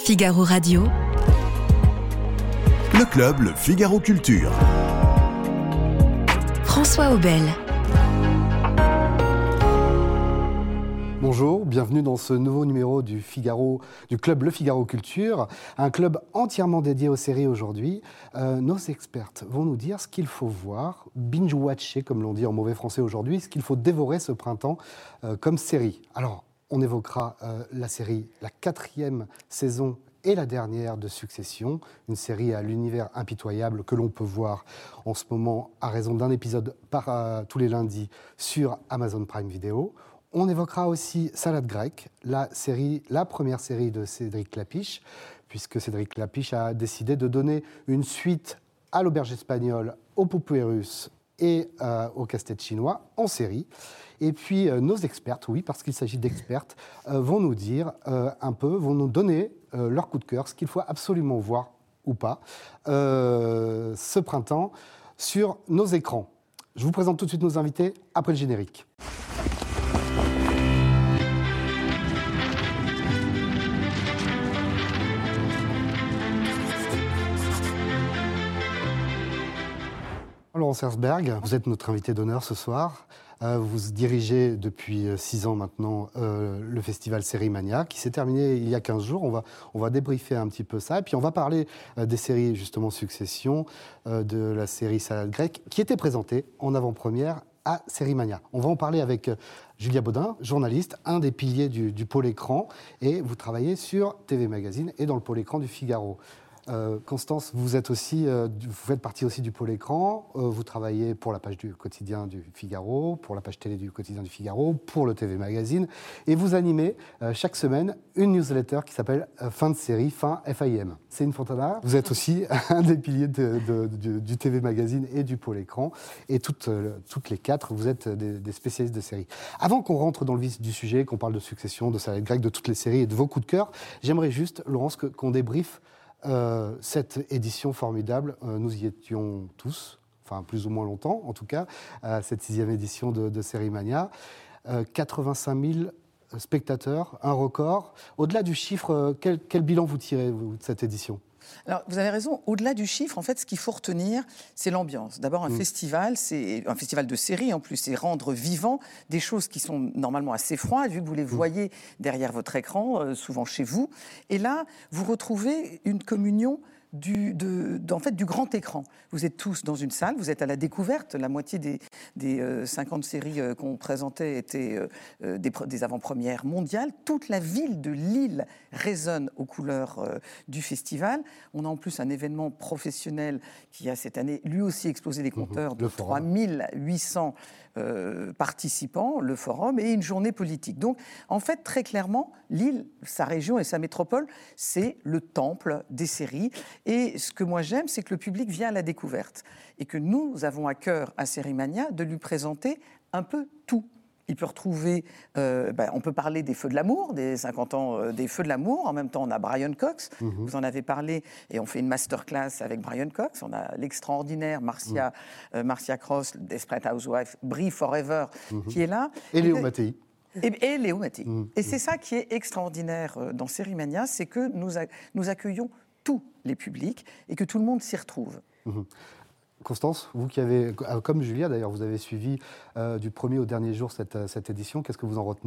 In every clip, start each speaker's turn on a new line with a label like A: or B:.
A: Figaro Radio.
B: Le club, le Figaro Culture.
A: François Aubel.
C: Bonjour, bienvenue dans ce nouveau numéro du club Le Figaro Culture, un club entièrement dédié aux séries aujourd'hui. Nos expertes vont nous dire ce qu'il faut voir, binge-watcher comme l'on dit en mauvais français aujourd'hui, ce qu'il faut dévorer ce printemps comme série. Alors, on évoquera la série, la 4e saison et la dernière de Succession, une série à l'univers impitoyable que l'on peut voir en ce moment à raison d'un épisode tous les lundis sur Amazon Prime Video. On évoquera aussi Salade grecque, la première série de Cédric Klapisch, puisque Cédric Klapisch a décidé de donner une suite à l'Auberge espagnole, au Poupées russes et au Casse-tête chinois en série. Et puis nos expertes, oui, parce qu'il s'agit d'expertes, vont nous dire vont nous donner leur coup de cœur, ce qu'il faut absolument voir ou pas ce printemps sur nos écrans. Je vous présente tout de suite nos invités après le générique. Laurence Herzberg, vous êtes notre invité d'honneur ce soir. Vous dirigez depuis 6 ans maintenant le festival Sérimania qui s'est terminé il y a 15 jours. On va débriefer un petit peu ça. Et puis on va parler des séries justement Succession, de la série Salade grecque qui était présentée en avant-première à Sérimania. On va en parler avec Julia Baudin, journaliste, un des piliers du pôle écran. Et vous travaillez sur TV Magazine et dans le pôle écran du Figaro. Constance, vous faites partie aussi du pôle écran, vous travaillez pour la page du quotidien du Figaro, pour la page télé du quotidien du Figaro, pour le TV Magazine, et vous animez chaque semaine une newsletter qui s'appelle Fin de série, fin FIM. Céline Fontana, vous êtes aussi un des piliers du TV Magazine et du pôle écran, et toutes les 4, vous êtes des spécialistes de séries. Avant qu'on rentre dans le vif du sujet, qu'on parle de Succession, de Salade grecque, de toutes les séries et de vos coups de cœur, j'aimerais juste, Laurence, qu'on débriefe cette édition formidable. Nous y étions tous, enfin plus ou moins longtemps en tout cas, cette 6e édition de Sérimania. 85 000 spectateurs, un record. Au-delà du chiffre, quel bilan vous tirez de cette édition ?
D: Alors, vous avez raison, au-delà du chiffre, en fait, ce qu'il faut retenir, c'est l'ambiance. D'abord, un festival, c'est un festival de séries, en plus, c'est rendre vivant des choses qui sont normalement assez froides, vu que vous les voyez derrière votre écran, souvent chez vous. Et là, vous retrouvez une communion du grand écran. Vous êtes tous dans une salle, vous êtes à la découverte. La moitié des 50 séries qu'on présentait étaient des avant-premières mondiales. Toute la ville de Lille résonne aux couleurs du festival. On a en plus un événement professionnel qui a cette année lui aussi explosé les compteurs de 3800 participants, le forum, et une journée politique. Donc, en fait, très clairement, Lille, sa région et sa métropole, c'est le temple des séries. Et ce que moi j'aime, c'est que le public vient à la découverte. Et que nous avons à cœur, à Sérimania, de lui présenter un peu tout. Il peut retrouver, on peut parler des Feux de l'amour, des 50 ans des Feux de l'amour. En même temps, on a Brian Cox, vous en avez parlé, et on fait une masterclass avec Brian Cox. On a l'extraordinaire Marcia Cross, Desperate Housewife, Brie Forever, qui est là.
C: Et Léo Mattei.
D: Et Léo Mattei. Et c'est ça qui est extraordinaire dans Sérimania, c'est que nous accueillons tous les publics et que tout le monde s'y retrouve.
C: Constance, vous qui avez, comme Julia d'ailleurs, vous avez suivi du premier au dernier jour cette édition, qu'est-ce que vous en retenez ?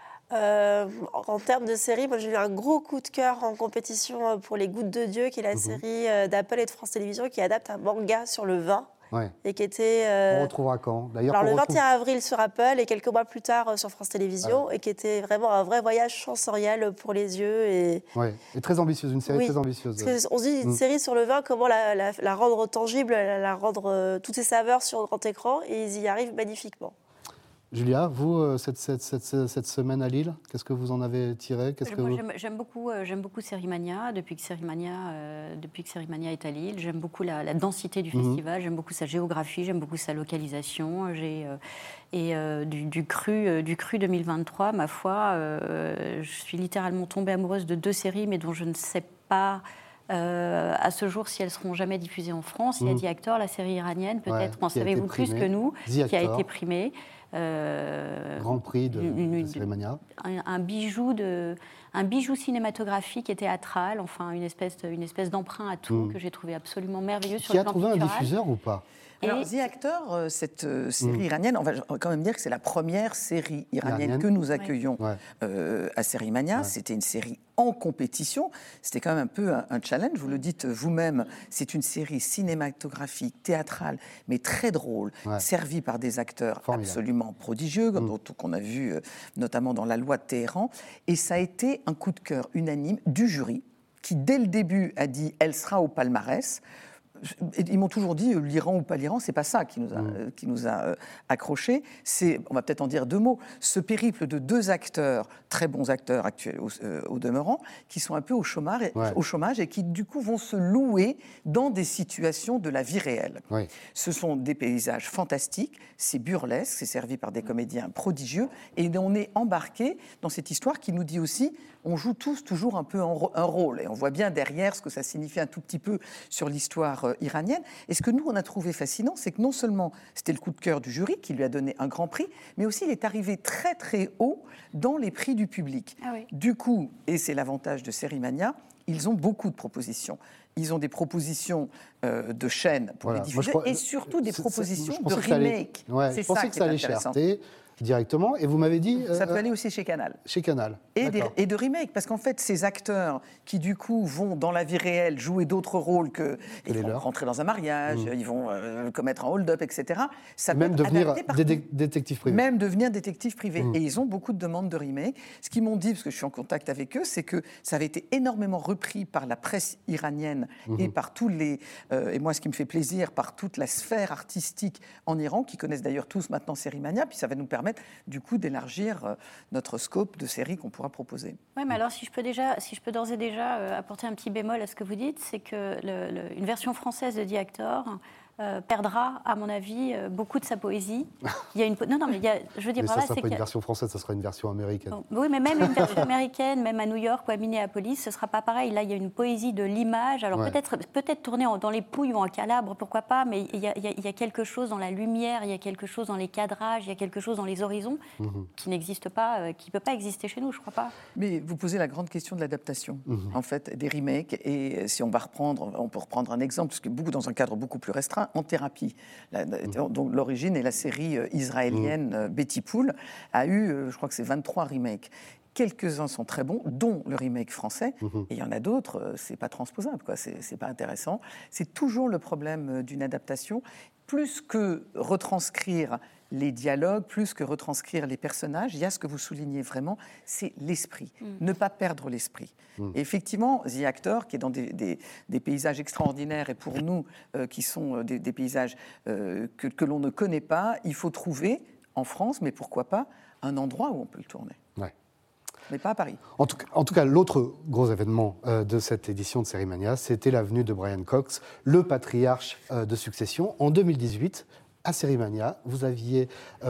E: En termes de série, moi j'ai eu un gros coup de cœur en compétition pour Les Gouttes de Dieu, qui est la série d'Apple et de France Télévisions, qui adapte un manga sur le vin. Ouais. Et qui était. On
C: retrouvera quand d'ailleurs,
E: alors le 21 avril sur Apple et quelques mois plus tard sur France Télévisions, et qui était vraiment un vrai voyage sensoriel pour les yeux. Et
C: très ambitieuse, une série très ambitieuse.
E: On se dit une série sur le vin, comment la rendre tangible, la rendre toutes ses saveurs sur grand écran, et ils y arrivent magnifiquement.
C: Julia, vous, cette semaine à Lille, qu'est-ce que vous en avez tiré ?
F: J'aime beaucoup Sérimania, depuis que Sérimania est à Lille. J'aime beaucoup la densité du festival, j'aime beaucoup sa géographie, j'aime beaucoup sa localisation. Du cru 2023, ma foi, je suis littéralement tombée amoureuse de 2 séries, mais dont je ne sais pas À ce jour, si elles ne seront jamais diffusées en France, il y a The Actor, la série iranienne, peut-être, en savez-vous plus que nous, qui a été primée.
C: Grand prix de Cérémania.
F: Un bijou cinématographique et théâtral, enfin une espèce d'emprunt à tout que j'ai trouvé absolument merveilleux sur le plan culturel.
C: Qui a trouvé un diffuseur ou pas?
D: Alors, The Actor, cette série iranienne, on va quand même dire que c'est la première série iranienne que nous accueillons à Sérimania. C'était une série en compétition. C'était quand même un peu un challenge. Vous le dites vous-même, c'est une série cinématographique, théâtrale, mais très drôle, servie par des acteurs absolument prodigieux, qu'on a vu notamment dans La Loi de Téhéran. Et ça a été un coup de cœur unanime du jury, qui dès le début a dit « elle sera au palmarès ». Ils m'ont toujours dit l'Iran ou pas l'Iran, c'est pas ça qui nous a accrochés. C'est, on va peut-être en dire deux mots, ce périple de deux acteurs, très bons acteurs actuels au demeurant, qui sont un peu au chômage et qui du coup vont se louer dans des situations de la vie réelle. Ce sont des paysages fantastiques, c'est burlesque, c'est servi par des comédiens prodigieux, et on est embarqué dans cette histoire qui nous dit aussi, on joue tous toujours un peu un rôle, et on voit bien derrière ce que ça signifie un tout petit peu sur l'histoire iranienne. Et ce que nous, on a trouvé fascinant, c'est que non seulement c'était le coup de cœur du jury qui lui a donné un grand prix, mais aussi il est arrivé très très haut dans les prix du public. Du coup, et c'est l'avantage de Sérimania, ils ont beaucoup de propositions. Ils ont des propositions de chaînes pour les diffuser et surtout des propositions de remake.
C: Je pensais que ça allait chez Arte directement, et vous m'avez dit...
D: ça peut aller aussi chez Canal.
C: Chez Canal.
D: Et de remake, parce qu'en fait, ces acteurs qui, du coup, vont dans la vie réelle jouer d'autres rôles ils vont rentrer dans un mariage, ils vont commettre un hold-up, etc. Ça peut
C: même devenir détective privé.
D: Même devenir détective privé. Et ils ont beaucoup de demandes de remake. Ce qu'ils m'ont dit, parce que je suis en contact avec eux, c'est que ça avait été énormément repris par la presse iranienne et par tous les... et moi, ce qui me fait plaisir, par toute la sphère artistique en Iran, qui connaissent d'ailleurs tous maintenant Sérimania, puis ça va nous permettre du coup d'élargir notre scope de séries qu'on pourra proposer.
F: Oui, mais alors si je peux d'ores et déjà apporter un petit bémol à ce que vous dites, c'est que une version française de The Actor perdra, à mon avis, beaucoup de sa poésie. Il y a une... Non, mais il y a... je veux dire,
C: mais ça ne sera pas une version française, ça sera une version américaine.
F: Bon, oui, mais même une version américaine, même à New York ou à Minneapolis, ce ne sera pas pareil. Là, il y a une poésie de l'image. Alors peut-être tourner dans les Pouilles ou en Calabre, pourquoi pas, mais il y a quelque chose dans la lumière, il y a quelque chose dans les cadrages, il y a quelque chose dans les horizons qui n'existe pas, qui ne peut pas exister chez nous, je ne crois pas.
D: Mais vous posez la grande question de l'adaptation, en fait, des remakes. Et si on va reprendre, on peut reprendre un exemple, parce que dans un cadre beaucoup plus restreint, En thérapie. Donc l'origine est la série israélienne Betty Pool, a eu, je crois que c'est 23 remakes. Quelques-uns sont très bons, dont le remake français, et il y en a d'autres, c'est pas transposable, quoi. C'est pas intéressant. C'est toujours le problème d'une adaptation. Plus que retranscrire les dialogues, plus que retranscrire les personnages, il y a ce que vous soulignez vraiment, c'est l'esprit. Ne pas perdre l'esprit. Et effectivement, The Actor, qui est dans des paysages extraordinaires, et pour nous, qui sont des paysages que l'on ne connaît pas, il faut trouver, en France, mais pourquoi pas, un endroit où on peut le tourner. Mais pas à Paris.
C: En tout cas, l'autre gros événement de cette édition de Sérimania, c'était la venue de Brian Cox, le patriarche de Succession. En 2018, à Sérimania, vous aviez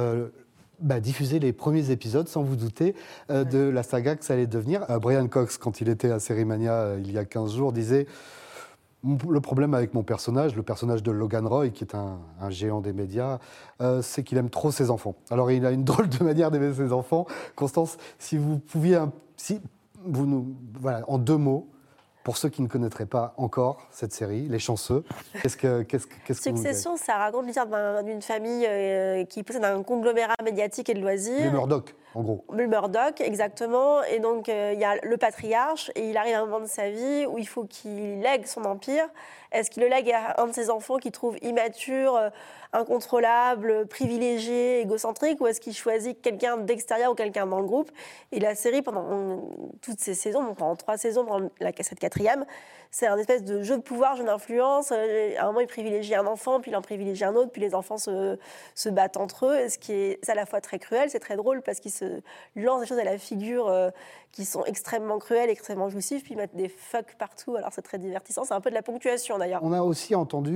C: diffusé les premiers épisodes, sans vous douter, de la saga que ça allait devenir. Brian Cox, quand il était à Sérimania il y a 15 jours, disait... Le problème avec mon personnage, le personnage de Logan Roy, qui est un géant des médias, c'est qu'il aime trop ses enfants. Alors, il a une drôle de manière d'aimer ses enfants. Constance, si vous pouviez... en deux mots, pour ceux qui ne connaîtraient pas encore cette série, les chanceux, qu'est-ce que
E: Succession, ça raconte l'histoire d'une famille qui possède un conglomérat médiatique et de loisirs.
C: Les Murdoch, en gros.
E: Le Murdoch, exactement. Et donc, il y a le patriarche, et il arrive à un moment de sa vie où il faut qu'il lègue son empire. Est-ce qu'il le lègue à un de ses enfants qu'il trouve immature, incontrôlable, privilégié, égocentrique, ou est-ce qu'il choisit quelqu'un d'extérieur ou quelqu'un dans le groupe? Et la série, pendant toutes ces saisons, donc pendant 3 saisons, pendant cette 4e, c'est un espèce de jeu de pouvoir, jeu d'influence. À un moment, il privilégie un enfant, puis il en privilégie un autre, puis les enfants se battent entre eux. Ce qui est à la fois très cruel, c'est très drôle, parce qu'ils se lancent des choses à la figure qui sont extrêmement cruelles, extrêmement jouissives, puis ils mettent des fuck partout. Alors c'est très divertissant, c'est un peu de la ponctuation d'ailleurs.
C: On a aussi entendu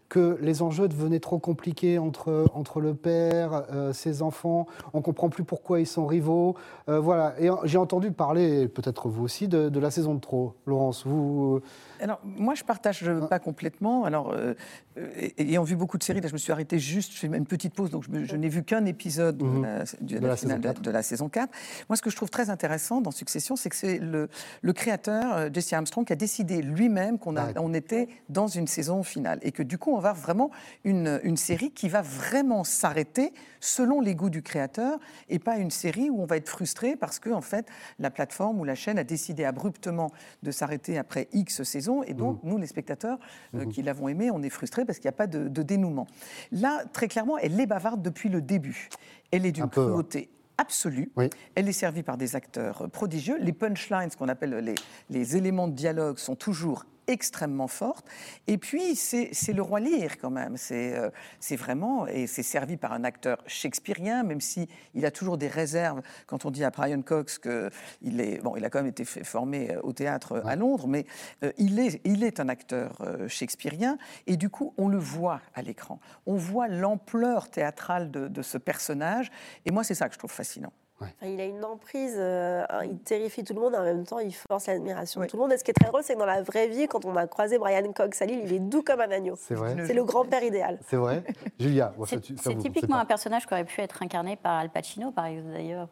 C: que les enjeux devenaient trop compliqués entre le père, ses enfants. On ne comprend plus pourquoi ils sont rivaux. Voilà. Et j'ai entendu parler, peut-être vous aussi, de la saison de trop. Laurence, vous...
D: Alors, moi, je ne partage pas complètement. Alors, ayant vu beaucoup de séries, là, je me suis arrêtée juste, je fais une petite pause, donc je n'ai vu qu'un épisode de la saison 4. Moi, ce que je trouve très intéressant dans Succession, c'est que c'est le créateur, Jesse Armstrong, qui a décidé lui-même qu'on était dans une saison finale. Et que du coup, on va avoir vraiment une série qui va vraiment s'arrêter selon les goûts du créateur, et pas une série où on va être frustré parce que, en fait, la plateforme ou la chaîne a décidé abruptement de s'arrêter après X saisons. Et donc, nous, les spectateurs qui l'avons aimé, on est frustrés parce qu'il n'y a pas de dénouement. Là, très clairement, elle est bavarde depuis le début. Elle est d'une cruauté absolue. Oui. Elle est servie par des acteurs prodigieux. Les punchlines, ce qu'on appelle les éléments de dialogue, sont toujours extrêmement forte. Et puis, c'est le roi Lear, quand même. C'est vraiment... Et c'est servi par un acteur shakespearien, même s'il a toujours des réserves. Quand on dit à Brian Cox qu'il est... Bon, il a quand même été formé au théâtre à Londres, mais il est un acteur shakespearien. Et du coup, on le voit à l'écran. On voit l'ampleur théâtrale de ce personnage. Et moi, c'est ça que je trouve fascinant.
E: Ouais. Enfin, il a une emprise, il terrifie tout le monde et en même temps il force l'admiration de tout le monde. Et ce qui est très drôle, c'est que dans la vraie vie, quand on a croisé Brian Cox à Lille, il est doux comme un agneau. C'est vrai. C'est le grand-père idéal.
C: C'est vrai. Julia,
F: c'est typiquement un personnage qui aurait pu être incarné par Al Pacino, par exemple. D'ailleurs,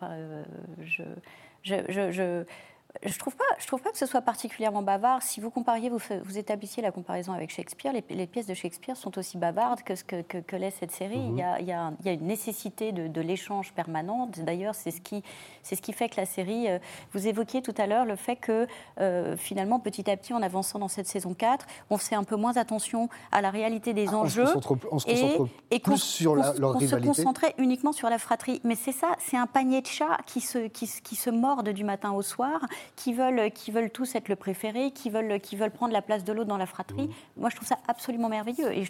F: je trouve pas que ce soit particulièrement bavard. Si vous compariez, vous établissiez la comparaison avec Shakespeare, les pièces de Shakespeare sont aussi bavardes que l'est cette série. Il y a une nécessité de l'échange permanent. D'ailleurs, c'est ce qui fait que la série... Vous évoquiez tout à l'heure le fait que, finalement, petit à petit, en avançant dans cette saison 4, on fait un peu moins attention à la réalité des enjeux.
C: On se concentre plus sur leur rivalité.
F: On se concentrait uniquement sur la fratrie. Mais c'est ça, c'est un panier de chats qui se mordent du matin au soir, qui veulent tous être le préféré, qui veulent prendre la place de l'autre dans la fratrie. Moi, je trouve ça absolument merveilleux. Et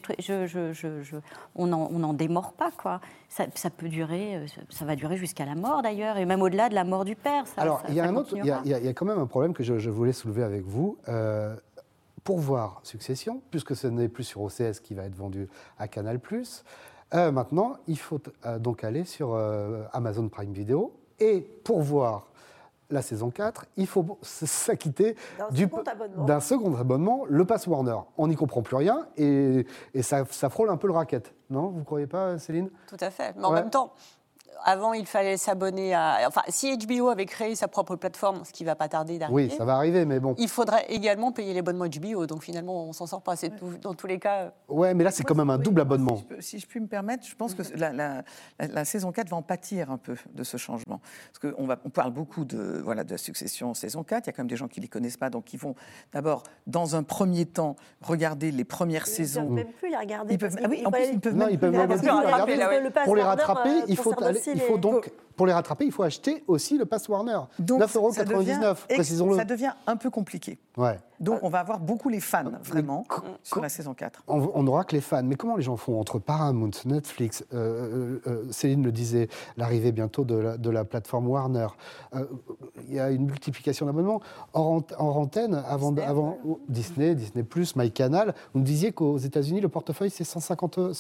F: on n'en démord pas, quoi. Ça peut durer, ça va durer jusqu'à la mort, d'ailleurs, et même au-delà de la mort du père.
C: Alors, il y a quand même un problème que je voulais soulever avec vous. Pour voir Succession, puisque ce n'est plus sur OCS qui va être vendu à Canal+, maintenant, il faut donc aller sur Amazon Prime Video. Et pour voir la saison 4, il faut s'acquitter d'un second abonnement, le Pass Warner. On n'y comprend plus rien et ça frôle un peu le racket. Non, vous ne croyez pas, Céline ?
A: Tout à fait. Mais en même temps, avant, il fallait s'abonner à... Enfin, si HBO avait créé sa propre plateforme, ce qui ne va pas tarder d'arriver...
C: Oui, ça va arriver, mais bon...
A: Il faudrait également payer l'abonnement HBO, donc finalement, on ne s'en sort pas. C'est dans tous les cas...
C: Ouais, mais là, c'est quand même un double abonnement.
D: Si je puis me permettre, je pense que la saison 4 va en pâtir un peu de ce changement. Parce qu'on parle beaucoup de la Succession saison 4, il y a quand même des gens qui ne les connaissent pas, donc ils vont d'abord, dans un premier temps, regarder les premières saisons.
E: Ils ne peuvent même plus les regarder.
D: En plus, ils peuvent
C: même plus les regarder. Pour les rattraper, pour les rattraper, il faut acheter aussi le Pass Warner. 9,99 €, précisons-le.
D: Ça devient un peu compliqué.
C: Ouais.
D: Donc, on va avoir beaucoup les fans, vraiment, sur la saison 4.
C: On n'aura que les fans. Mais comment les gens font entre Paramount, Netflix, Céline le disait, l'arrivée bientôt de la plateforme Warner. Il y a une multiplication d'abonnements. En antenne, avant Disney+, MyCanal, vous me disiez qu'aux États-Unis, le portefeuille, c'est $150 ?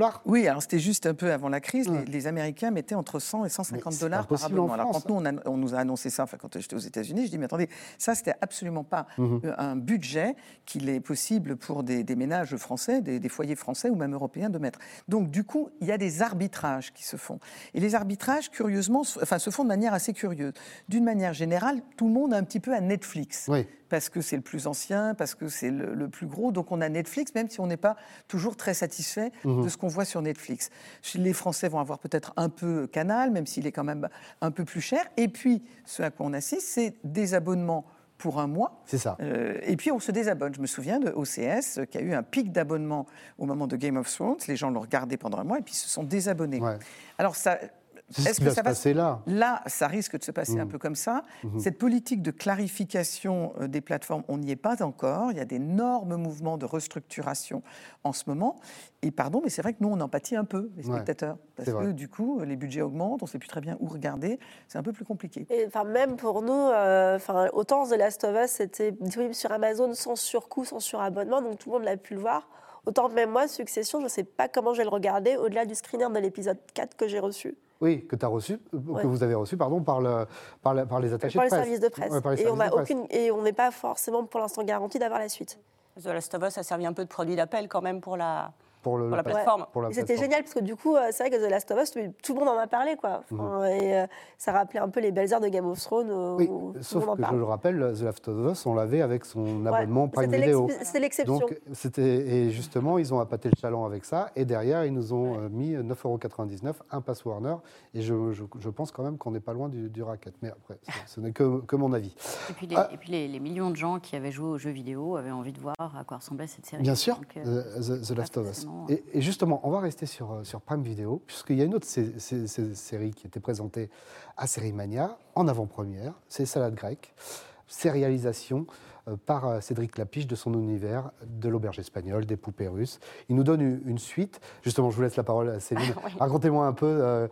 D: Oui, alors c'était juste un peu avant la crise. Les Américains mettaient entre 100 et $150 par abonnement. Alors, quand on nous a annoncé ça, quand j'étais aux États-Unis, je dis, mais attendez, ça, c'était absolument pas un budget qu'il est possible pour des ménages français, des foyers français ou même européens de mettre. Donc, du coup, il y a des arbitrages qui se font. Et les arbitrages, curieusement, se font de manière assez curieuse. D'une manière générale, tout le monde a un petit peu à Netflix. Oui. Parce que c'est le plus ancien, parce que c'est le plus gros. Donc, on a Netflix, même si on n'est pas toujours très satisfait de ce qu'on voit sur Netflix. Les Français vont avoir peut-être un peu Canal, même s'il est quand même un peu plus cher. Et puis, ce à quoi on assiste, c'est des abonnements pour un mois.
C: C'est ça.
D: Et puis, on se désabonne. Je me souviens de OCS, qui a eu un pic d'abonnements au moment de Game of Thrones. Les gens l'ont regardé pendant un mois et puis se sont désabonnés. Ouais. Alors, ça...
C: C'est ce qui va se passer là.
D: Là, ça risque de se passer un peu comme ça. Cette politique de clarification des plateformes, on n'y est pas encore. Il y a d'énormes mouvements de restructuration en ce moment. Et pardon, mais c'est vrai que nous, on en pâtit un peu, les spectateurs. Parce que du coup, les budgets augmentent, on ne sait plus très bien où regarder. C'est un peu plus compliqué.
E: Et même pour nous, autant The Last of Us, c'était disponible sur Amazon sans surcoût, sans surabonnement, donc tout le monde l'a pu le voir. Autant même moi, Succession, je ne sais pas comment je vais le regarder au-delà du screener de l'épisode 4 que j'ai reçu.
C: Oui, que tu as reçu, que vous avez reçu, pardon, par les attachés
E: Par
C: de presse.
E: les services de presse.
C: Ouais, par les
E: et,
C: services de presse.
E: on n'est pas forcément pour l'instant garanti d'avoir la suite.
A: The Last of Us a servi un peu de produit d'appel quand même pour la
C: la
A: plateforme.
C: Pour la
E: Et c'était
C: plateforme.
E: génial parce que du coup, c'est vrai que The Last of Us, tout le monde en a parlé, quoi. Et ça rappelait un peu les belles heures de Game of Thrones.
C: Oui,
E: Où tout
C: sauf
E: le monde en
C: que je
E: parle.
C: le rappelle, The Last of Us, on l'avait avec son abonnement Prime Video.
E: C'était l'exception.
C: Donc, et justement, ils ont appâté le chaland avec ça. Et derrière, ils nous ont mis 9,99 €, un pass Warner. Et je pense quand même qu'on n'est pas loin du racket. Mais après, ce n'est que mon avis.
F: Et puis, les millions de gens qui avaient joué aux jeux vidéo avaient envie de voir à quoi ressemblait cette série.
C: Bien sûr,
F: Donc,
C: The Last of Us.
F: forcément,
C: Et justement, on va rester sur Prime Video, puisqu'il y a une autre série qui était présentée à Série Mania, en avant-première, c'est Salade grecque, sérialisation par Cédric Clapiche de son univers de l'auberge espagnole, des poupées russes. Il nous donne une suite. Justement, je vous laisse la parole à Céline.
A: Oui.
C: Racontez-moi un peu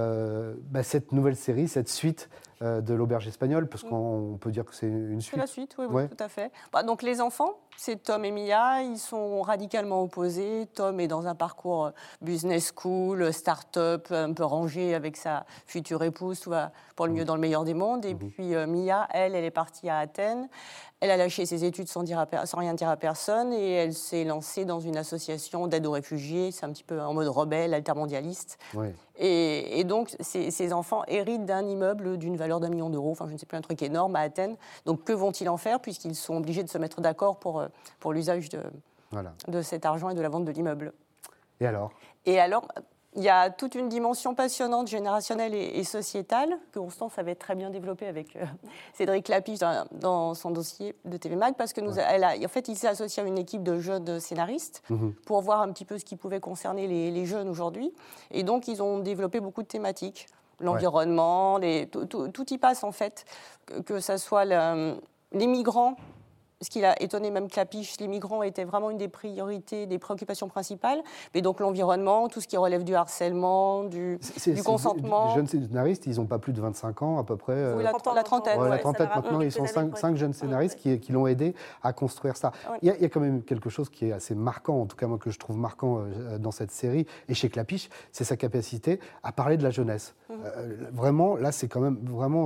C: cette nouvelle série, cette suite de l'auberge espagnole, parce qu'on peut dire que c'est une
A: C'est
C: suite.
A: la suite, oui,
C: Ouais.
A: tout à fait. Donc les enfants, c'est Tom et Mia, ils sont radicalement opposés. Tom est dans un parcours business school, start-up, un peu rangé avec sa future épouse, tout va pour le mieux dans le meilleur des mondes. Et puis Mia, elle est partie à Athènes. Elle a lâché ses études sans rien dire à personne et elle s'est lancée dans une association d'aide aux réfugiés. C'est un petit peu en mode rebelle, altermondialiste.
C: Ouais.
A: Et donc, ces enfants héritent d'un immeuble d'une valeur d'1 million d'euros, enfin, je ne sais plus, un truc énorme à Athènes. Donc, que vont-ils en faire puisqu'ils sont obligés de se mettre d'accord pour l'usage de cet argent et de la vente de l'immeuble.
C: Et alors ?
A: Et alors, il y a toute une dimension passionnante, générationnelle et sociétale, que Constance avait très bien développée avec Cédric Clapiche dans son dossier de TV Mag, parce que en fait, il s'est associé à une équipe de jeunes scénaristes pour voir un petit peu ce qui pouvait concerner les jeunes aujourd'hui. Et donc, ils ont développé beaucoup de thématiques. L'environnement, tout y passe en fait, que ça soit les migrants. Ce qui a étonné même Clapiche, les migrants étaient vraiment une des priorités, des préoccupations principales. Mais donc l'environnement, tout ce qui relève du harcèlement, du consentement.
C: Les jeunes scénaristes, ils n'ont pas plus de 25 ans à peu près.
A: Oui, la trentaine.
C: Ouais, la
A: ouais.
C: trentaine maintenant, ils sont 5 jeunes scénaristes qui l'ont aidé à construire ça.
A: Ouais.
C: Il y a quand même quelque chose qui est assez marquant, en tout cas moi que je trouve marquant dans cette série, et chez Clapiche, c'est sa capacité à parler de la jeunesse. Vraiment, là c'est quand même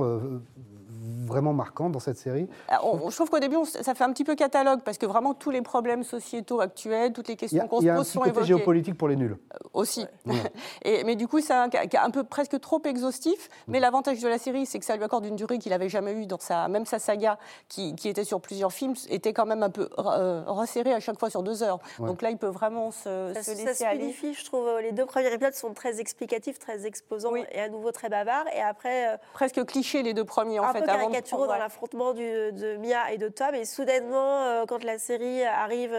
C: vraiment marquant dans cette série.
A: Je trouve qu'au début, ça fait un petit peu catalogue, parce que vraiment tous les problèmes sociétaux actuels, toutes les questions qu'on se pose sont
C: Il y a un petit côté
A: évoquées.
C: géopolitique pour les nuls.
A: Aussi. Mais du coup, c'est un peu presque trop exhaustif. Mais l'avantage de la série, c'est que ça lui accorde une durée qu'il n'avait jamais eue dans même sa saga, qui était sur plusieurs films, était quand même un peu resserrée à chaque fois sur 2 heures.
C: Ouais.
A: Donc là, il peut vraiment se
E: Ça
A: laisser
E: se
A: aller.
E: fluidifie, je trouve. Les 2 premiers épisodes sont très explicatifs, très exposants et à nouveau très bavards. Et après,
A: Presque cliché les 2 premiers, en
E: un
A: fait.
E: peu
A: avant
E: caricaturaux dans l'affrontement de Mia et de Tom. Et soudainement, quand la série arrive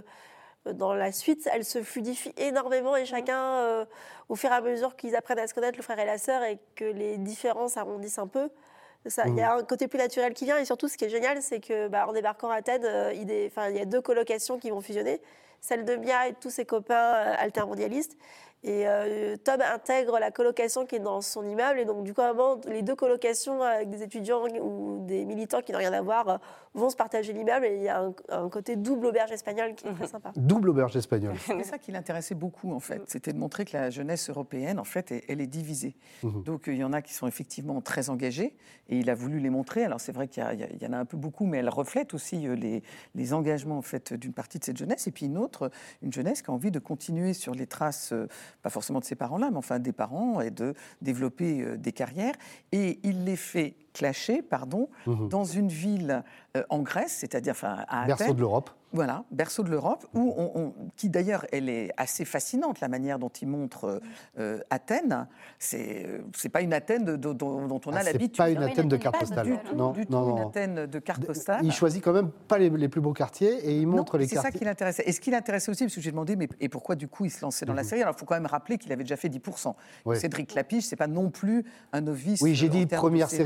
E: dans la suite, elle se fluidifie énormément et chacun, au fur et à mesure qu'ils apprennent à se connaître, le frère et la sœur, et que les différences s'arrondissent un peu, il y a un côté plus naturel qui vient. Et surtout, ce qui est génial, c'est qu'en débarquant à Athènes, il y a 2 colocations qui vont fusionner, celle de Mia et de tous ses copains altermondialistes. Et Tom intègre la colocation qui est dans son immeuble. Et donc, du coup, les 2 colocations avec des étudiants ou des militants qui n'ont rien à voir vont se partager l'immeuble. Et il y a un côté double auberge espagnole qui est très sympa.
C: Double auberge espagnole.
D: C'est ça qui l'intéressait beaucoup, en fait. C'était de montrer que la jeunesse européenne, en fait, elle est divisée. Donc, il y en a qui sont effectivement très engagés, et il a voulu les montrer. Alors, c'est vrai qu'il y en a un peu beaucoup, mais elle reflète aussi les engagements, en fait, d'une partie de cette jeunesse. Et puis une jeunesse qui a envie de continuer sur les traces, pas forcément de ses parents-là, mais enfin des parents, et de développer des carrières. Et il les fait clasher, dans une ville en Grèce, c'est-à-dire à Athènes.
C: Berceau de l'Europe.
D: Voilà, berceau de l'Europe, qui d'ailleurs, elle est assez fascinante, la manière dont il montre Athènes. C'est pas une Athènes dont on a l'habitude.
C: C'est pas une Athènes de carte postale.
D: Du tout une Athènes de carte postale.
C: Il choisit quand même pas les plus beaux quartiers et il montre les quartiers.
D: C'est ça qui l'intéressait. Et ce qui l'intéressait aussi, parce que j'ai demandé, et pourquoi du coup il se lançait dans la série. Alors il faut quand même rappeler qu'il avait déjà fait 10%.
C: Ouais.
D: Cédric Clapiche, c'est pas non plus un novice.
C: Oui, j'ai dit
D: en termes
C: première
D: de
C: série, mais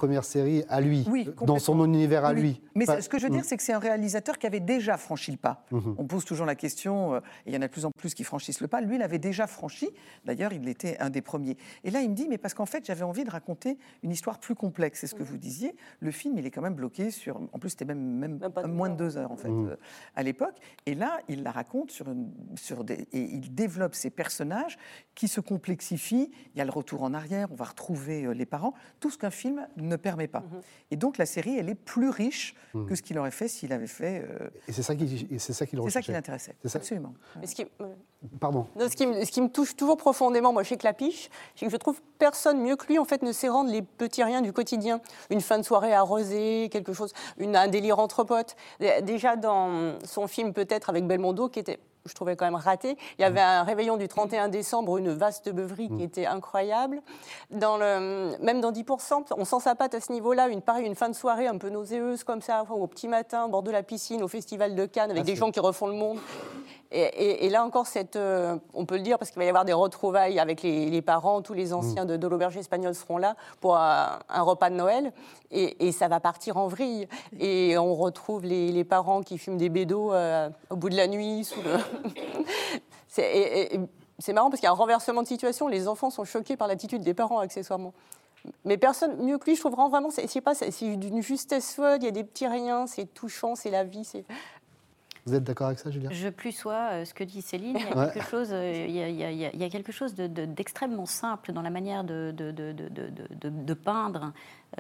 C: première série à lui,
D: Oui,
C: dans son
D: complètement.
C: univers à
D: Oui,
C: lui.
D: mais
C: Pas-
D: ce que je veux dire, c'est que c'est un réalisateur qui avait déjà franchi le pas.
C: Mhm.
D: On pose toujours la question, et il y en a de plus en plus qui franchissent le pas. Lui, il avait déjà franchi. D'ailleurs, il était un des premiers. Et là, il me dit, mais parce qu'en fait, j'avais envie de raconter une histoire plus complexe. C'est ce que vous disiez. Le film, il est quand même bloqué sur... En plus, c'était même
A: pas
D: moins de 2 heures, en fait, à l'époque. Et là, il la raconte et il développe ces personnages qui se complexifient. Il y a le retour en arrière, on va retrouver les parents. Tout ce qu'un film ne permet pas. Et donc, la série, elle est plus riche que ce qu'il aurait fait s'il avait fait...
C: Et c'est ça qu'il
D: C'est ça qui l'intéressait,
C: C'est ça.
D: absolument.
A: Mais
C: Pardon.
A: non, ce qui me touche toujours profondément, moi, chez Clapiche, c'est que je trouve personne mieux que lui, en fait, ne sait rendre les petits riens du quotidien. Une fin de soirée arrosée, quelque chose, un délire entre potes. Déjà, dans son film, peut-être, avec Belmondo, qui était, je trouvais quand même raté, il y avait un réveillon du 31 décembre, une vaste beuverie qui était incroyable. Même dans 10%, on sent sa patte à ce niveau-là, une fin de soirée un peu nauséeuse, comme ça, au petit matin, au bord de la piscine, au Festival de Cannes, avec des gens qui refont le monde. Et là encore, on peut le dire, parce qu'il va y avoir des retrouvailles avec les parents, tous les anciens de l'auberge espagnole seront là pour un repas de Noël, et ça va partir en vrille. Et on retrouve les parents qui fument des bédos au bout de la nuit. C'est marrant parce qu'il y a un renversement de situation, les enfants sont choqués par l'attitude des parents accessoirement. Mais personne mieux que lui, je trouve vraiment, c'est d'une justesse folle, il y a des petits riens, c'est touchant, c'est la vie,
C: Vous êtes d'accord avec ça, Julia?
F: Je plus sois ce que dit Céline. Il y a quelque chose, il y a quelque chose d'extrêmement simple dans la manière de peindre,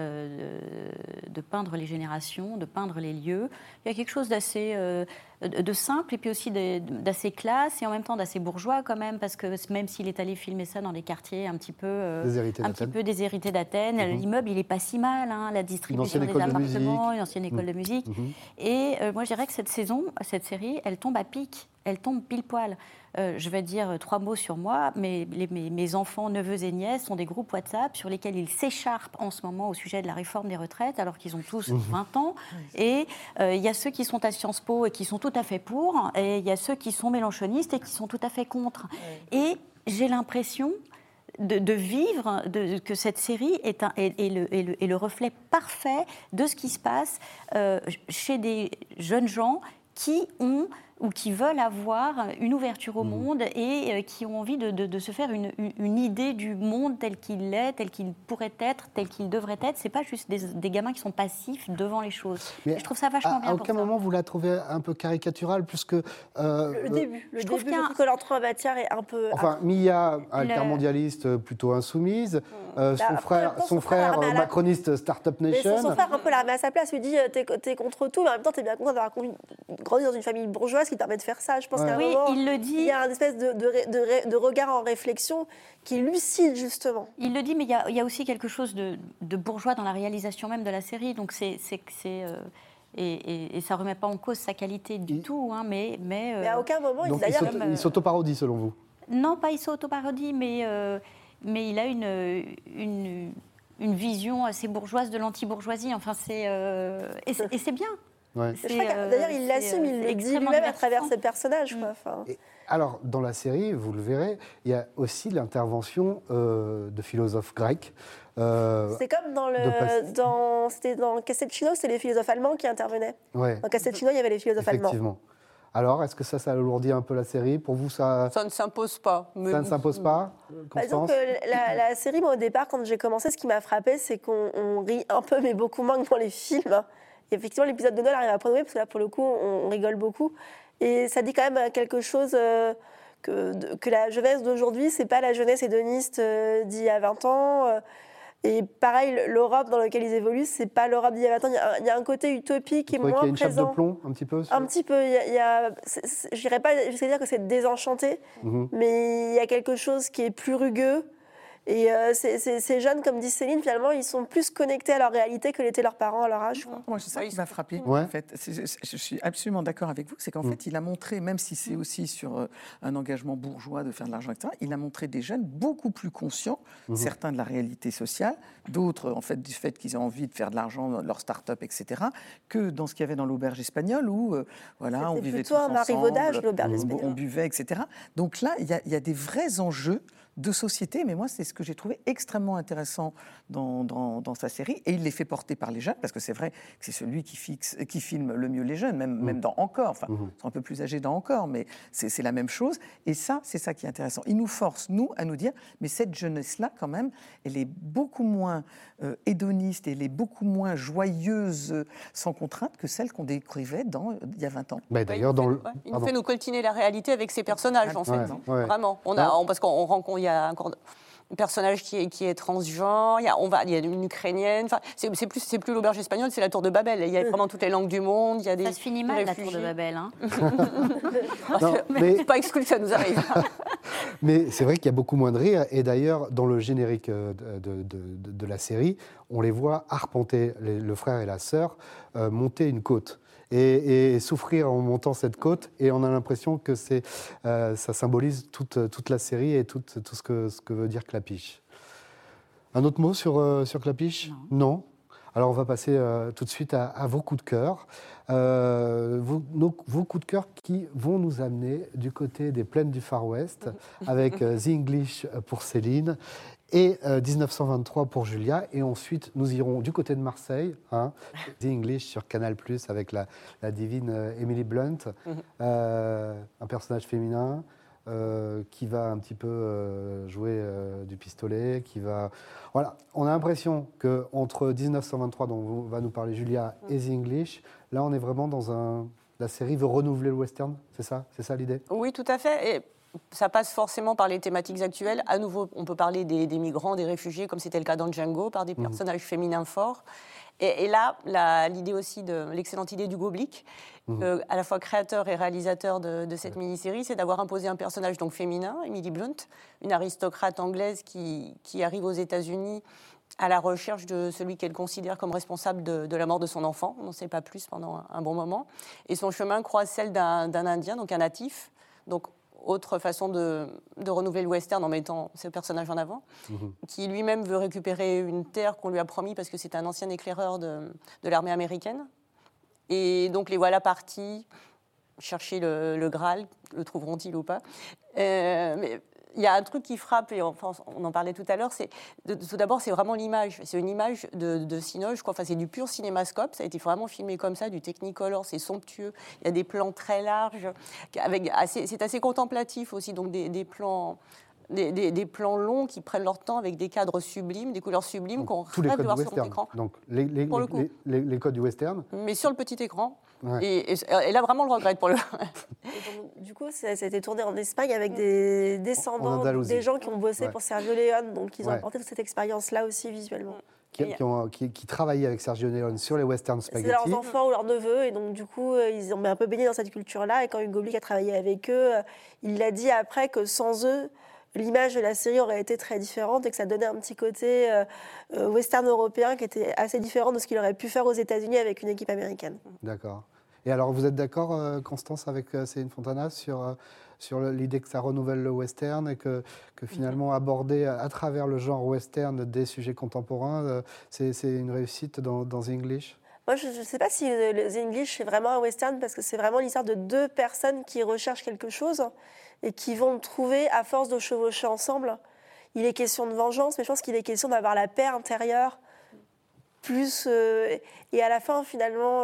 F: de peindre les générations, de peindre les lieux. Il y a quelque chose d'assez de simple et puis aussi d'assez classe et en même temps d'assez bourgeois quand même, parce que même s'il est allé filmer ça dans des quartiers un petit peu déshérités d'Athènes, l'immeuble il est pas si mal, hein, la distribution des appartements, une ancienne école de musique. Et moi je dirais que cette série, elle tombe à pic, elle tombe pile poil. Je vais dire 3 mots sur moi, mais mes enfants, neveux et nièces ont des groupes WhatsApp sur lesquels ils s'écharpent en ce moment au sujet de la réforme des retraites, alors qu'ils ont tous 20 ans. Et il y a ceux qui sont à Sciences Po et qui sont tout à fait pour, et il y a ceux qui sont mélenchonistes et qui sont tout à fait contre. Et j'ai l'impression de vivre que cette série est le reflet parfait de ce qui se passe chez des jeunes gens qui ont ou qui veulent avoir une ouverture au monde et qui ont envie de se faire une idée du monde tel qu'il est, tel qu'il pourrait être, tel qu'il devrait être. C'est pas juste des gamins qui sont passifs devant les choses. Et je trouve ça vachement bien.
C: À aucun moment vous la trouvez un peu caricaturale, puisque
E: le début, je trouve que l'entrée en matière est un peu.
C: Enfin, Mia, altermondialiste, plutôt insoumise. Son frère macroniste, Startup Nation.
E: Mais son frère un peu la remet à sa place, lui dit t'es contre tout, mais en même temps t'es bien content d'avoir grandi dans une famille bourgeoise qui permet de faire ça. Je pense qu'à un moment,
F: il le dit.
E: Il y a une espèce de regard en réflexion qui est lucide, justement.
F: Il le dit, mais il y a aussi quelque chose de bourgeois dans la réalisation même de la série. Donc et ça ne remet pas en cause sa qualité du tout. Hein, mais
E: à aucun moment,
C: il s'auto-parodie, selon vous?
F: Non, pas il s'auto-parodie, mais il a une vision assez bourgeoise de l'anti-bourgeoisie. Enfin, et c'est bien.
C: Ouais.
E: D'ailleurs, il l'assume, il le dit lui-même à travers ses personnages.
C: Alors, dans la série, vous le verrez, il y a aussi l'intervention de philosophes grecs.
E: C'est comme dans Castelcino, c'est les philosophes allemands qui intervenaient.
C: Ouais.
E: Dans Castelcino, il y avait les philosophes allemands.
C: Alors, est-ce que ça alourdit un peu la série? Pour vous, ça
A: ne s'impose pas.
C: Ça ne s'impose pas, Constance?
E: La série, moi, au départ, quand j'ai commencé, ce qui m'a frappée, c'est qu'on rit un peu, mais beaucoup moins que dans les films. Et effectivement, l'épisode de Noël arrive à point nommé, parce que là, pour le coup, on rigole beaucoup. Et ça dit quand même quelque chose que la jeunesse d'aujourd'hui, c'est pas la jeunesse hédoniste d'il y a 20 ans. Et pareil, l'Europe dans laquelle ils évoluent, c'est pas l'Europe d'il y a 20 ans. Il y a un côté utopique qui est moins présent.
C: Il y a une chape de plomb, un petit peu
E: Un petit peu. Je dirais pas, je vais dire que c'est désenchanté, mais il y a quelque chose qui est plus rugueux. Et ces jeunes, comme dit Céline, finalement, ils sont plus connectés à leur réalité que l'étaient leurs parents à leur âge.
D: Moi, c'est ça qui m'a frappé. En fait. Je suis absolument d'accord avec vous. C'est qu'en fait, il a montré, même si c'est aussi sur un engagement bourgeois de faire de l'argent, etc., il a montré des jeunes beaucoup plus conscients, certains de la réalité sociale, d'autres, en fait, du fait qu'ils ont envie de faire de l'argent, leur start-up, etc., que dans ce qu'il y avait dans l'auberge espagnole où, on vivait tous ensemble.
E: C'était plutôt un marivaudage, l'auberge espagnole.
D: On buvait, etc. Donc là, il y a des vrais enjeux de société, mais moi, c'est ce que j'ai trouvé extrêmement intéressant dans sa série. Et il les fait porter par les jeunes, parce que c'est vrai que c'est celui qui filme le mieux les jeunes, même dans Encore. Enfin, ils sont un peu plus âgés dans Encore, mais c'est la même chose. Et ça, c'est ça qui est intéressant. Il nous force, nous, à nous dire, mais cette jeunesse-là, quand même, elle est beaucoup moins hédoniste, elle est beaucoup moins joyeuse, sans contrainte, que celle qu'on décrivait il y a 20 ans.
C: Bah, d'ailleurs,
A: il nous fait nous coltiner la réalité avec ses personnages, en fait.
C: Ouais.
A: Vraiment. Parce qu'on rencontre, il y a encore un personnage qui est transgenre, il y a une Ukrainienne. Enfin, c'est plus l'auberge espagnole, c'est la tour de Babel. Il y a vraiment toutes les langues du monde. Il y a
F: ça se finit mal, la tour de Babel. Hein.
A: Mais pas exclu que ça nous arrive.
C: Mais c'est vrai qu'il y a beaucoup moins de rire. Et d'ailleurs, dans le générique de la série, on les voit arpenter, le frère et la sœur, monter une côte. Et souffrir en montant cette côte, et on a l'impression que ça symbolise toute la série et tout ce que veut dire Clapiche. Un autre mot sur Clapiche ? Non. Alors on va passer tout de suite à vos coups de cœur. Vos coups de cœur qui vont nous amener du côté des plaines du Far West, avec The English pour Céline, et 1923 pour Julia, et ensuite nous irons du côté de Marseille, The English sur Canal+, avec la divine Emily Blunt, un personnage féminin qui va un petit peu jouer du pistolet, Voilà, on a l'impression qu'entre 1923, dont va nous parler Julia, et The English, là on est vraiment dans la série veut renouveler le western, c'est ça l'idée ?
A: Oui, tout à fait. Et ça passe forcément par les thématiques actuelles. À nouveau, on peut parler des migrants, des réfugiés, comme c'était le cas dans Django, par des personnages féminins forts. Et là, l'idée aussi l'excellente idée d'Hugo Blick, à la fois créateur et réalisateur de cette mini-série, c'est d'avoir imposé un personnage donc féminin, Emily Blunt, une aristocrate anglaise qui arrive aux États-Unis à la recherche de celui qu'elle considère comme responsable de la mort de son enfant. On n'en sait pas plus pendant un bon moment. Et son chemin croise celle d'un Indien, donc un natif. Donc, autre façon de renouveler le western en mettant ce personnage en avant, qui lui-même veut récupérer une terre qu'on lui a promis parce que c'est un ancien éclaireur de l'armée américaine. Et donc les voilà partis chercher le Graal, le trouveront-ils ou pas. Mais il y a un truc qui frappe, et enfin, on en parlait tout à l'heure, tout d'abord, c'est vraiment l'image. C'est une image de Cinoche, quoi. Enfin, c'est du pur cinémascope. Ça a été vraiment filmé comme ça, du Technicolor, c'est somptueux. Il y a des plans très larges. C'est assez contemplatif aussi, donc des plans longs qui prennent leur temps avec des cadres sublimes, des couleurs sublimes qu'on rêve de voir sur notre écran.
C: Donc les codes du western.
A: Mais sur le petit écran.
C: Ouais.
A: Et là, vraiment, on le regrette pour le...
E: Donc, du coup, ça a été tourné en Espagne avec des descendants, des gens qui ont bossé pour Sergio Leone. Donc, ils ont apporté toute cette expérience-là aussi visuellement.
C: Qui travaillaient avec Sergio Leone sur les westerns spaghetti.
E: C'est leurs enfants ou leurs neveux, et donc du coup, ils ont un peu baigné dans cette culture-là. Et quand Hugo Blick a travaillé avec eux, il l'a dit après que sans eux, l'image de la série aurait été très différente et que ça donnait un petit côté western européen qui était assez différent de ce qu'il aurait pu faire aux États-Unis avec une équipe américaine.
C: D'accord. Et alors, vous êtes d'accord, Constance, avec Céline Fontana sur l'idée que ça renouvelle le western et que finalement aborder à travers le genre western des sujets contemporains, c'est une réussite dans The English ?
E: Moi, je ne sais pas si The English c'est vraiment un western parce que c'est vraiment l'histoire de deux personnes qui recherchent quelque chose et qui vont le trouver à force de chevaucher ensemble. Il est question de vengeance, mais je pense qu'il est question d'avoir la paix intérieure. Et à la fin, finalement,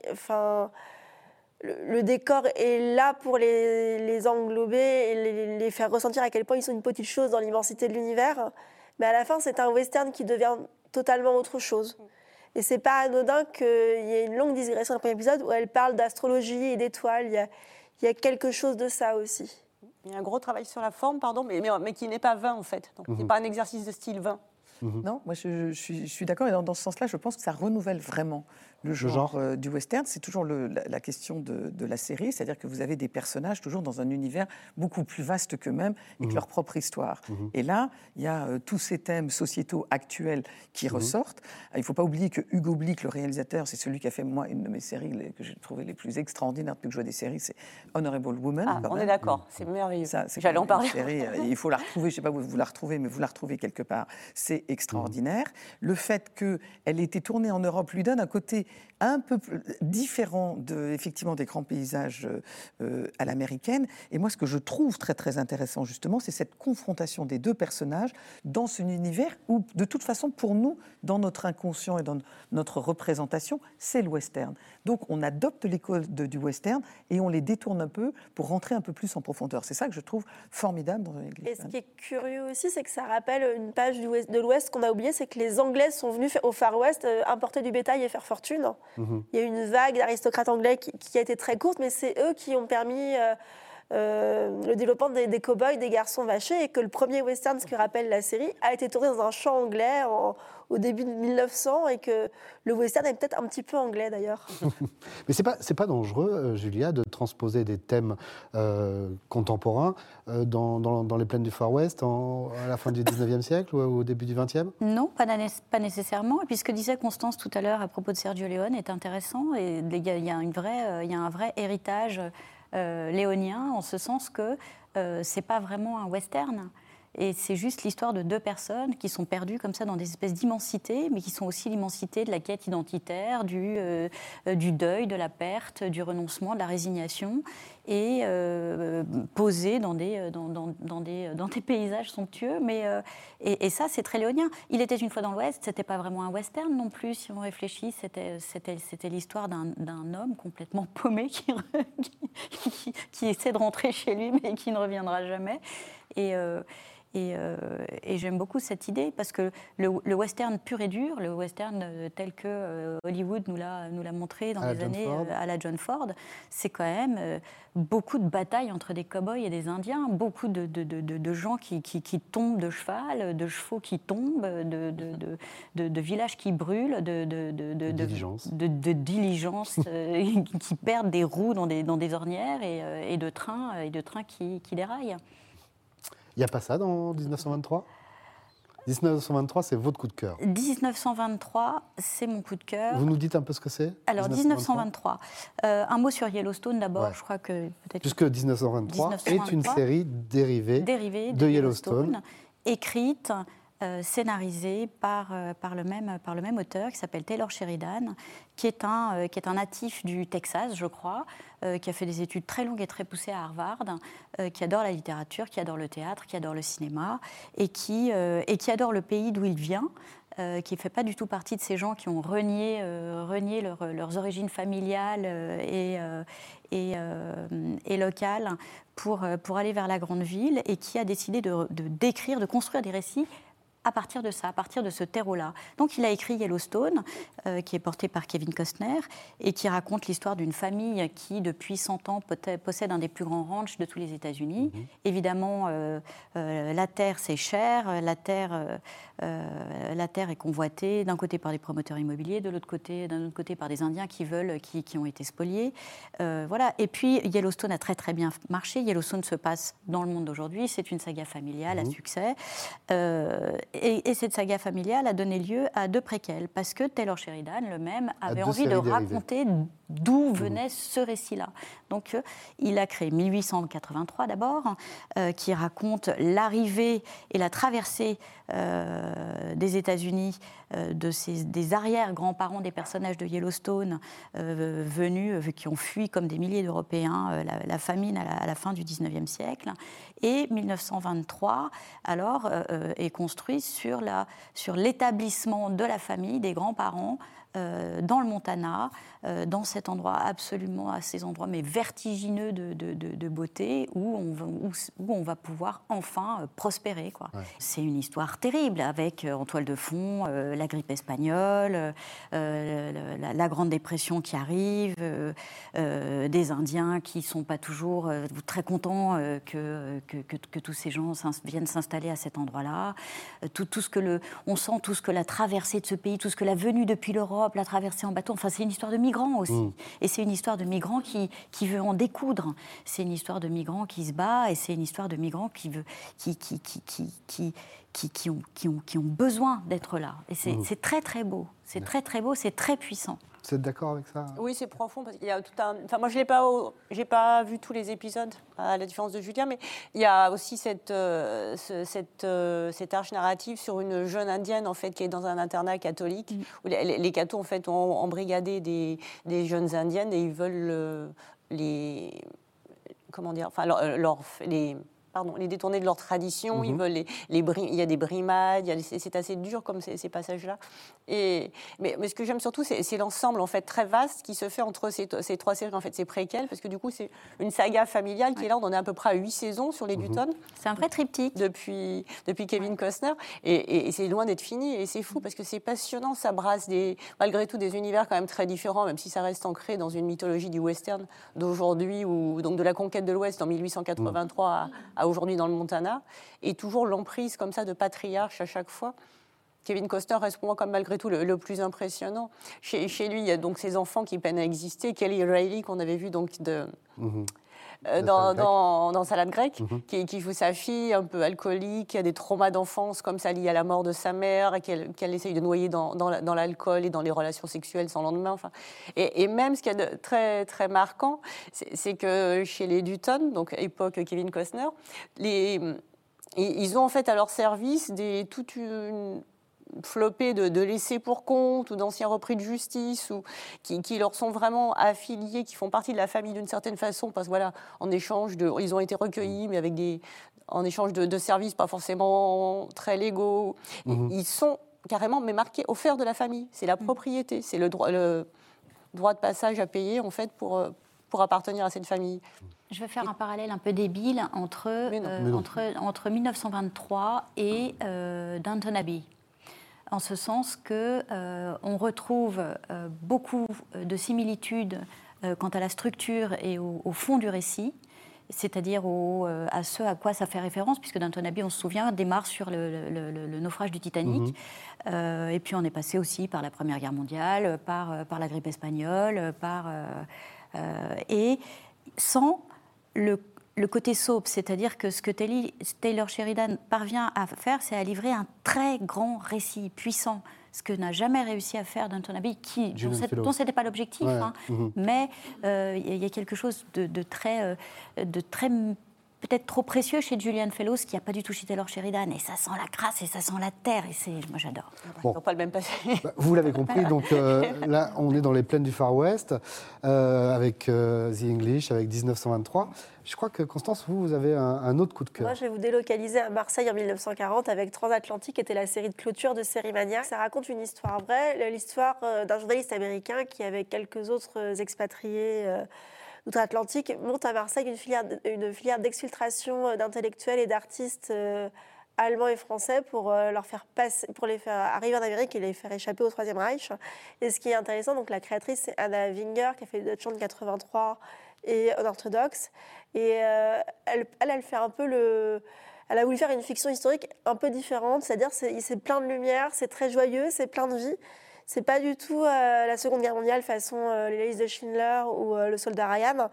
E: le décor est là pour les englober et les faire ressentir à quel point ils sont une petite chose dans l'immensité de l'univers. Mais à la fin, c'est un western qui devient totalement autre chose. Et c'est pas anodin qu'il y ait une longue digression dans le premier épisode où elle parle d'astrologie et d'étoiles. Il y a quelque chose de ça aussi.
A: Il y a un gros travail sur la forme, mais qui n'est pas vain, en fait. Donc, c'est pas un exercice de style vain.
D: Non, moi je suis d'accord, et dans ce sens-là, je pense que ça renouvelle vraiment le genre du western. C'est toujours la question de la série, c'est-à-dire que vous avez des personnages toujours dans un univers beaucoup plus vaste qu'eux-mêmes et que leur propre histoire. Et là, il y a tous ces thèmes sociétaux actuels qui ressortent. Il ne faut pas oublier que Hugo Blick, le réalisateur, c'est celui qui a fait, moi, une de mes séries que j'ai trouvées les plus extraordinaires depuis que je vois des séries, c'est Honorable Woman.
A: On est d'accord, c'est merveilleux.
D: J'allais en parler. Série, il faut la retrouver, je ne sais pas où vous la retrouvez, mais vous la retrouvez quelque part. C'est extraordinaire. Le fait qu'elle ait été tournée en Europe lui donne un côté un peu différent effectivement des grands paysages à l'américaine. Et moi, ce que je trouve très très intéressant justement, c'est cette confrontation des deux personnages dans un univers où, de toute façon, pour nous, dans notre inconscient et dans notre représentation, c'est le western. Donc on adopte l'école du western et on les détourne un peu pour rentrer un peu plus en profondeur. C'est ça que je trouve formidable dans English.
E: Et ce qui est curieux aussi, c'est que ça rappelle une page de l'Ouest qu'on a oubliée, c'est que les Anglais sont venus au Far West importer du bétail et faire fortune. Il y a eu une vague d'aristocrates anglais qui a été très courte, mais c'est eux qui ont permis le développement des cow-boys, des garçons vachés, et que le premier western, ce que rappelle la série, a été tourné dans un champ anglais au début de 1900, et que le western est peut-être un petit peu anglais d'ailleurs.
C: Mais c'est pas dangereux, Julia, de transposer des thèmes contemporains dans les plaines du Far West à la fin du 19e siècle ou au début du 20e?
F: Non, pas nécessairement. Et puis ce que disait Constance tout à l'heure à propos de Sergio Leone est intéressant. Et il y a un vrai héritage léonien, en ce sens que c'est pas vraiment un western. Et c'est juste l'histoire de deux personnes qui sont perdues comme ça dans des espèces d'immensités, mais qui sont aussi l'immensité de la quête identitaire, du deuil, de la perte, du renoncement, de la résignation, et posées dans des paysages somptueux. Et ça, c'est très léonien. Il était une fois dans l'Ouest, c'était pas vraiment un western non plus, si on réfléchit. C'était l'histoire d'un homme complètement paumé qui essaie de rentrer chez lui, mais qui ne reviendra jamais. Et j'aime beaucoup cette idée, parce que le western pur et dur, le western tel que Hollywood nous l'a montré dans les années à la John Ford, c'est quand même beaucoup de batailles entre des cow-boys et des Indiens, beaucoup de gens qui tombent de cheval, de chevaux qui tombent, de villages qui brûlent, de diligences qui perdent des roues dans des ornières, et de trains qui déraillent.
C: Il n'y a pas ça dans 1923 ? 1923, c'est votre coup de cœur.
F: 1923, c'est mon coup de cœur.
C: Vous nous dites un peu ce que c'est ?
F: Alors, 1923. Un mot sur Yellowstone, d'abord. Ouais. Je crois que peut-être...
C: Puisque 1923 est une série dérivée de Yellowstone.
F: Écrite, scénarisée par le même auteur, qui s'appelle Taylor Sheridan, qui est un natif du Texas, je crois, qui a fait des études très longues et très poussées à Harvard, qui adore la littérature, qui adore le théâtre, qui adore le cinéma, et qui adore le pays d'où il vient, qui ne fait pas du tout partie de ces gens qui ont renié leurs origines familiales et locales pour aller vers la grande ville, et qui a décidé d'écrire, de construire des récits à partir de ça, à partir de ce terreau-là. Donc il a écrit Yellowstone, qui est porté par Kevin Costner, et qui raconte l'histoire d'une famille qui, depuis 100 ans, possède un des plus grands ranchs de tous les États-Unis. Évidemment, la terre, c'est cher, la terre est convoitée, d'un côté par des promoteurs immobiliers, d'un autre côté par des Indiens qui ont été spoliés. Voilà. Et puis Yellowstone a très très bien marché. Yellowstone se passe dans le monde d'aujourd'hui, c'est une saga familiale à succès. Et cette saga familiale a donné lieu à 2 préquels, parce que Taylor Sheridan, le même, avait envie de raconter d'où venait ce récit-là. Donc, il a créé 1883 d'abord, qui raconte l'arrivée et la traversée des États-Unis des arrière-grands-parents des personnages de Yellowstone qui ont fui comme des milliers d'Européens la famine à la fin du 19e siècle. Et 1923, alors, est construit sur l'établissement de la famille, des grands-parents, dans le Montana, dans cet endroit absolument, à ces endroits mais vertigineux de beauté, où on va pouvoir enfin prospérer, quoi. Ouais. C'est une histoire terrible, avec en toile de fond la grippe espagnole, la Grande Dépression qui arrive, des Indiens qui ne sont pas toujours très contents que tous ces gens viennent s'installer à cet endroit-là. On sent tout ce que la traversée de ce pays, tout ce que la venue depuis l'Europe, la traversée en bateau, enfin c'est une histoire de migrants aussi. Et c'est une histoire de migrants qui veut en découdre. C'est une histoire de migrants qui se bat, et c'est une histoire de migrants qui ont besoin d'être là. Et c'est très très beau. C'est très très beau, c'est très puissant.
C: Vous êtes d'accord avec ça?
A: Oui, c'est profond parce qu'il y a tout un. Enfin, moi, j'ai pas vu tous les épisodes à la différence de Julia, mais il y a aussi cette arche narrative sur une jeune indienne en fait qui est dans un internat catholique où les cathos en fait ont embrigadé des jeunes indiennes et ils veulent les détourner de leur tradition, ils veulent il y a des brimades, c'est assez dur comme ces passages-là. Mais ce que j'aime surtout, c'est l'ensemble en fait très vaste qui se fait entre ces 3 séries, en fait, c'est préquel, parce que du coup, c'est une saga familiale qui est là, on en est à peu près à 8 saisons sur les Dutton.
F: C'est un vrai triptyque.
A: Depuis Kevin Costner, et c'est loin d'être fini, et c'est fou, parce que c'est passionnant, ça brasse malgré tout des univers quand même très différents, même si ça reste ancré dans une mythologie du western d'aujourd'hui, ou donc de la conquête de l'Ouest en 1883 à aujourd'hui dans le Montana, et toujours l'emprise comme ça de patriarche à chaque fois. Kevin Costner reste pour moi comme malgré tout le plus impressionnant. Chez lui, il y a donc ces enfants qui peinent à exister. Kelly Reilly, qu'on avait vu donc dans Salade grecque, qui joue sa fille un peu alcoolique, qui a des traumas d'enfance comme ça liés à la mort de sa mère, et qu'elle essaye de noyer dans l'alcool et dans les relations sexuelles sans lendemain. Enfin, et même ce qui est de très, très marquant, c'est que chez les Dutton, donc époque Kevin Costner, ils ont en fait à leur service toute une flopée de laissés pour compte ou d'anciens repris de justice ou qui leur sont vraiment affiliés, qui font partie de la famille d'une certaine façon, parce que voilà, en échange ils ont été recueillis, mais en échange de services pas forcément très légaux. Ils sont carrément marqués au fer de la famille. C'est la propriété, c'est le droit de passage à payer en fait pour appartenir à cette famille.
F: Je vais faire un parallèle un peu débile entre 1923 et Downton Abbey. En ce sens qu'on retrouve beaucoup de similitudes quant à la structure et au fond du récit, c'est-à-dire à ce à quoi ça fait référence, puisque Downton Abbey, on se souvient, démarre sur le naufrage du Titanic, et puis on est passé aussi par la Première Guerre mondiale, par la grippe espagnole, et sans le côté soap, c'est-à-dire que ce que Taylor Sheridan parvient à faire, c'est à livrer un très grand récit puissant, ce que n'a jamais réussi à faire Downton Abbey, dont ce n'était pas l'objectif, mais il y a quelque chose de très peut-être trop précieux chez Julian Fellowes, qui n'a pas du tout chez Taylor Sheridan, et ça sent la crasse et ça sent la terre, et moi j'adore.
A: Bon. Ils n'ont pas le même passé.
C: Vous l'avez compris, donc là on est dans les plaines du Far West, avec The English, avec 1923. Je crois que Constance, vous avez un autre coup de cœur.
E: Moi, je vais vous délocaliser à Marseille en 1940 avec Transatlantique, qui était la série de clôture de Série Mania. Ça raconte une histoire vraie, l'histoire d'un journaliste américain qui, avec quelques autres expatriés d'outre-Atlantique, monte à Marseille une filière d'exfiltration d'intellectuels et d'artistes allemands et français pour les faire arriver en Amérique et les faire échapper au Troisième Reich. Et ce qui est intéressant, donc la créatrice, c'est Anna Winger, qui a fait Deutschland 83 et Unorthodox. Et elle fait un peu elle a voulu faire une fiction historique un peu différente, c'est-à-dire c'est plein de lumière, c'est très joyeux, c'est plein de vie. C'est pas du tout la Seconde Guerre mondiale façon les listes de Schindler ou le soldat Ryan.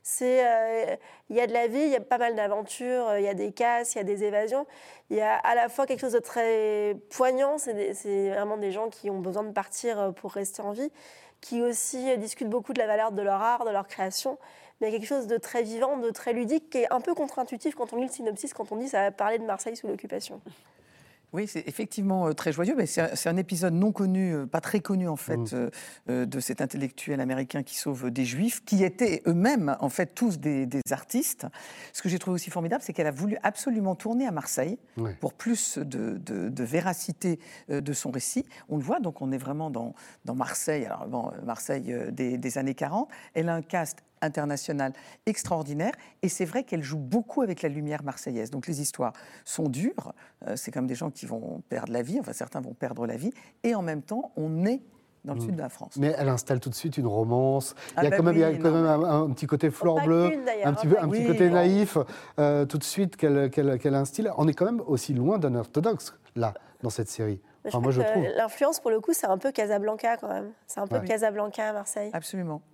E: Il y a de la vie, il y a pas mal d'aventures, il y a des casses, il y a des évasions. Il y a à la fois quelque chose de très poignant, c'est vraiment des gens qui ont besoin de partir pour rester en vie, qui aussi discutent beaucoup de la valeur de leur art, de leur création. Mais il y a quelque chose de très vivant, de très ludique, qui est un peu contre-intuitif quand on lit le synopsis, quand on dit ça va parler de Marseille sous l'occupation.
D: Oui, c'est effectivement très joyeux, mais c'est un épisode non connu, pas très connu en fait, de cet intellectuel américain qui sauve des Juifs, qui étaient eux-mêmes en fait tous des artistes. Ce que j'ai trouvé aussi formidable, c'est qu'elle a voulu absolument tourner à Marseille pour plus de véracité de son récit. On le voit, donc on est vraiment dans Marseille, alors bon, Marseille des années 40. Elle a un cast internationale extraordinaire, et c'est vrai qu'elle joue beaucoup avec la lumière marseillaise. Donc les histoires sont dures, c'est comme des gens qui vont perdre la vie, enfin certains vont perdre la vie, et en même temps on est dans le sud de la France.
C: Mais elle installe tout de suite une romance, il y a quand même un petit côté fleur bleue, un petit côté naïf, tout de suite qu'elle instille. On est quand même aussi loin d'un orthodoxe, là, dans cette série. Enfin, moi, je trouve.
E: L'influence, pour le coup, c'est un peu Casablanca, quand même. C'est un peu Casablanca à Marseille.
D: Absolument.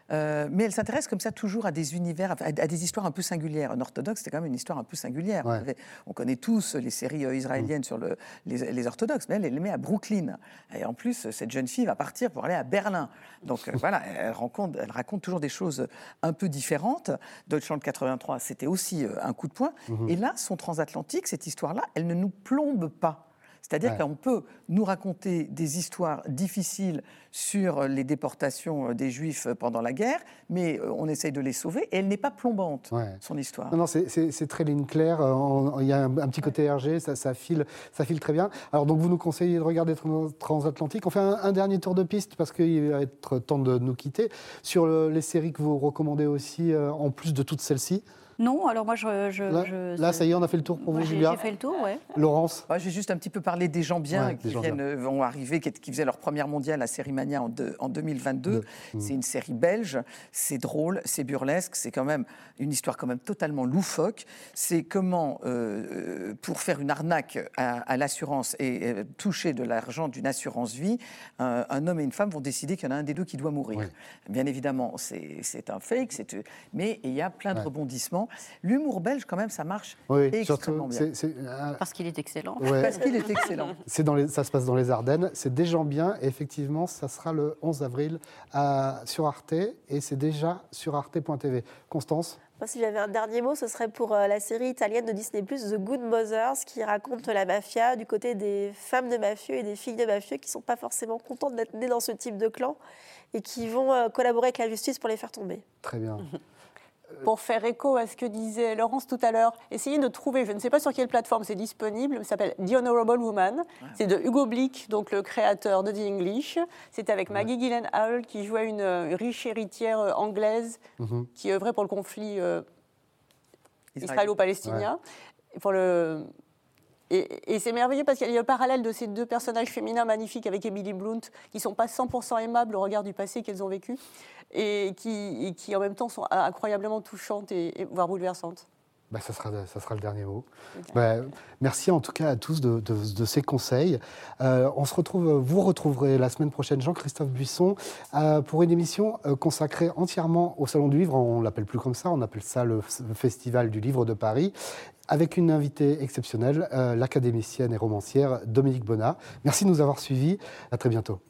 D: Mais elle s'intéresse comme ça toujours à des univers, à des histoires un peu singulières. Un orthodoxe, c'est quand même une histoire un peu singulière.
C: Ouais.
D: On connaît tous les séries israéliennes sur les orthodoxes, mais elle les met à Brooklyn. Et en plus, cette jeune fille va partir pour aller à Berlin. Donc voilà, elle raconte toujours des choses un peu différentes. Deutschland 83, c'était aussi un coup de poing. Et là, son transatlantique, cette histoire-là, elle ne nous plombe pas. C'est-à-dire qu'on peut nous raconter des histoires difficiles sur les déportations des Juifs pendant la guerre, mais on essaye de les sauver, et elle n'est pas plombante, son histoire.
C: Non, c'est très ligne claire. Il y a un petit côté RG, ça file très bien. Alors, donc, vous nous conseillez de regarder Transatlantique. On fait un dernier tour de piste, parce qu'il va être temps de nous quitter. Sur les séries que vous recommandez aussi, en plus de toutes celles-ci.
F: Non, alors moi,
C: Là, ça y est, on a fait le tour pour vous, Julia.
F: J'ai fait le tour, ouais.
C: Laurence.
D: J'ai juste un petit peu parlé des gens bien qui vont arriver, qui faisaient leur première mondiale à Série Mania en 2022. C'est une série belge, c'est drôle, c'est burlesque, c'est quand même une histoire quand même totalement loufoque. C'est comment, pour faire une arnaque à l'assurance et toucher de l'argent d'une assurance vie, un homme et une femme vont décider qu'il y en a un des deux qui doit mourir. Oui. Bien évidemment, c'est un fake, mais il y a plein de rebondissements. L'humour belge, quand même, ça marche extrêmement bien.
F: Parce qu'il est excellent.
C: Ouais.
D: Parce qu'il est excellent.
C: Ça se passe dans les Ardennes. C'est des gens bien. Et effectivement, ça sera le 11 avril sur Arte. Et c'est déjà sur arte.tv. Constance ?
E: Moi, si j'avais un dernier mot, ce serait pour la série italienne de Disney+, The Good Mothers, qui raconte la mafia du côté des femmes de mafieux et des filles de mafieux qui ne sont pas forcément contentes d'être nées dans ce type de clan et qui vont collaborer avec la justice pour les faire tomber.
C: Très bien.
A: Pour faire écho à ce que disait Laurence tout à l'heure, essayez de trouver, je ne sais pas sur quelle plateforme c'est disponible, ça s'appelle The Honorable Woman. C'est de Hugo Blick, donc le créateur de The English. C'est avec Maggie Gyllenhaal qui jouait une riche héritière anglaise qui œuvrait pour le conflit israélo-palestinien. Et c'est merveilleux parce qu'il y a le parallèle de ces deux personnages féminins magnifiques avec Emily Blunt qui ne sont pas 100% aimables au regard du passé qu'elles ont vécu et qui en même temps sont incroyablement touchantes et voire bouleversantes.
C: Ça sera le dernier mot. Merci en tout cas à tous de ces conseils. Vous retrouverez la semaine prochaine Jean-Christophe Buisson pour une émission consacrée entièrement au Salon du Livre. On ne l'appelle plus comme ça, on appelle ça le Festival du Livre de Paris, avec une invitée exceptionnelle, l'académicienne et romancière Dominique Bonnat. Merci de nous avoir suivis. À très bientôt.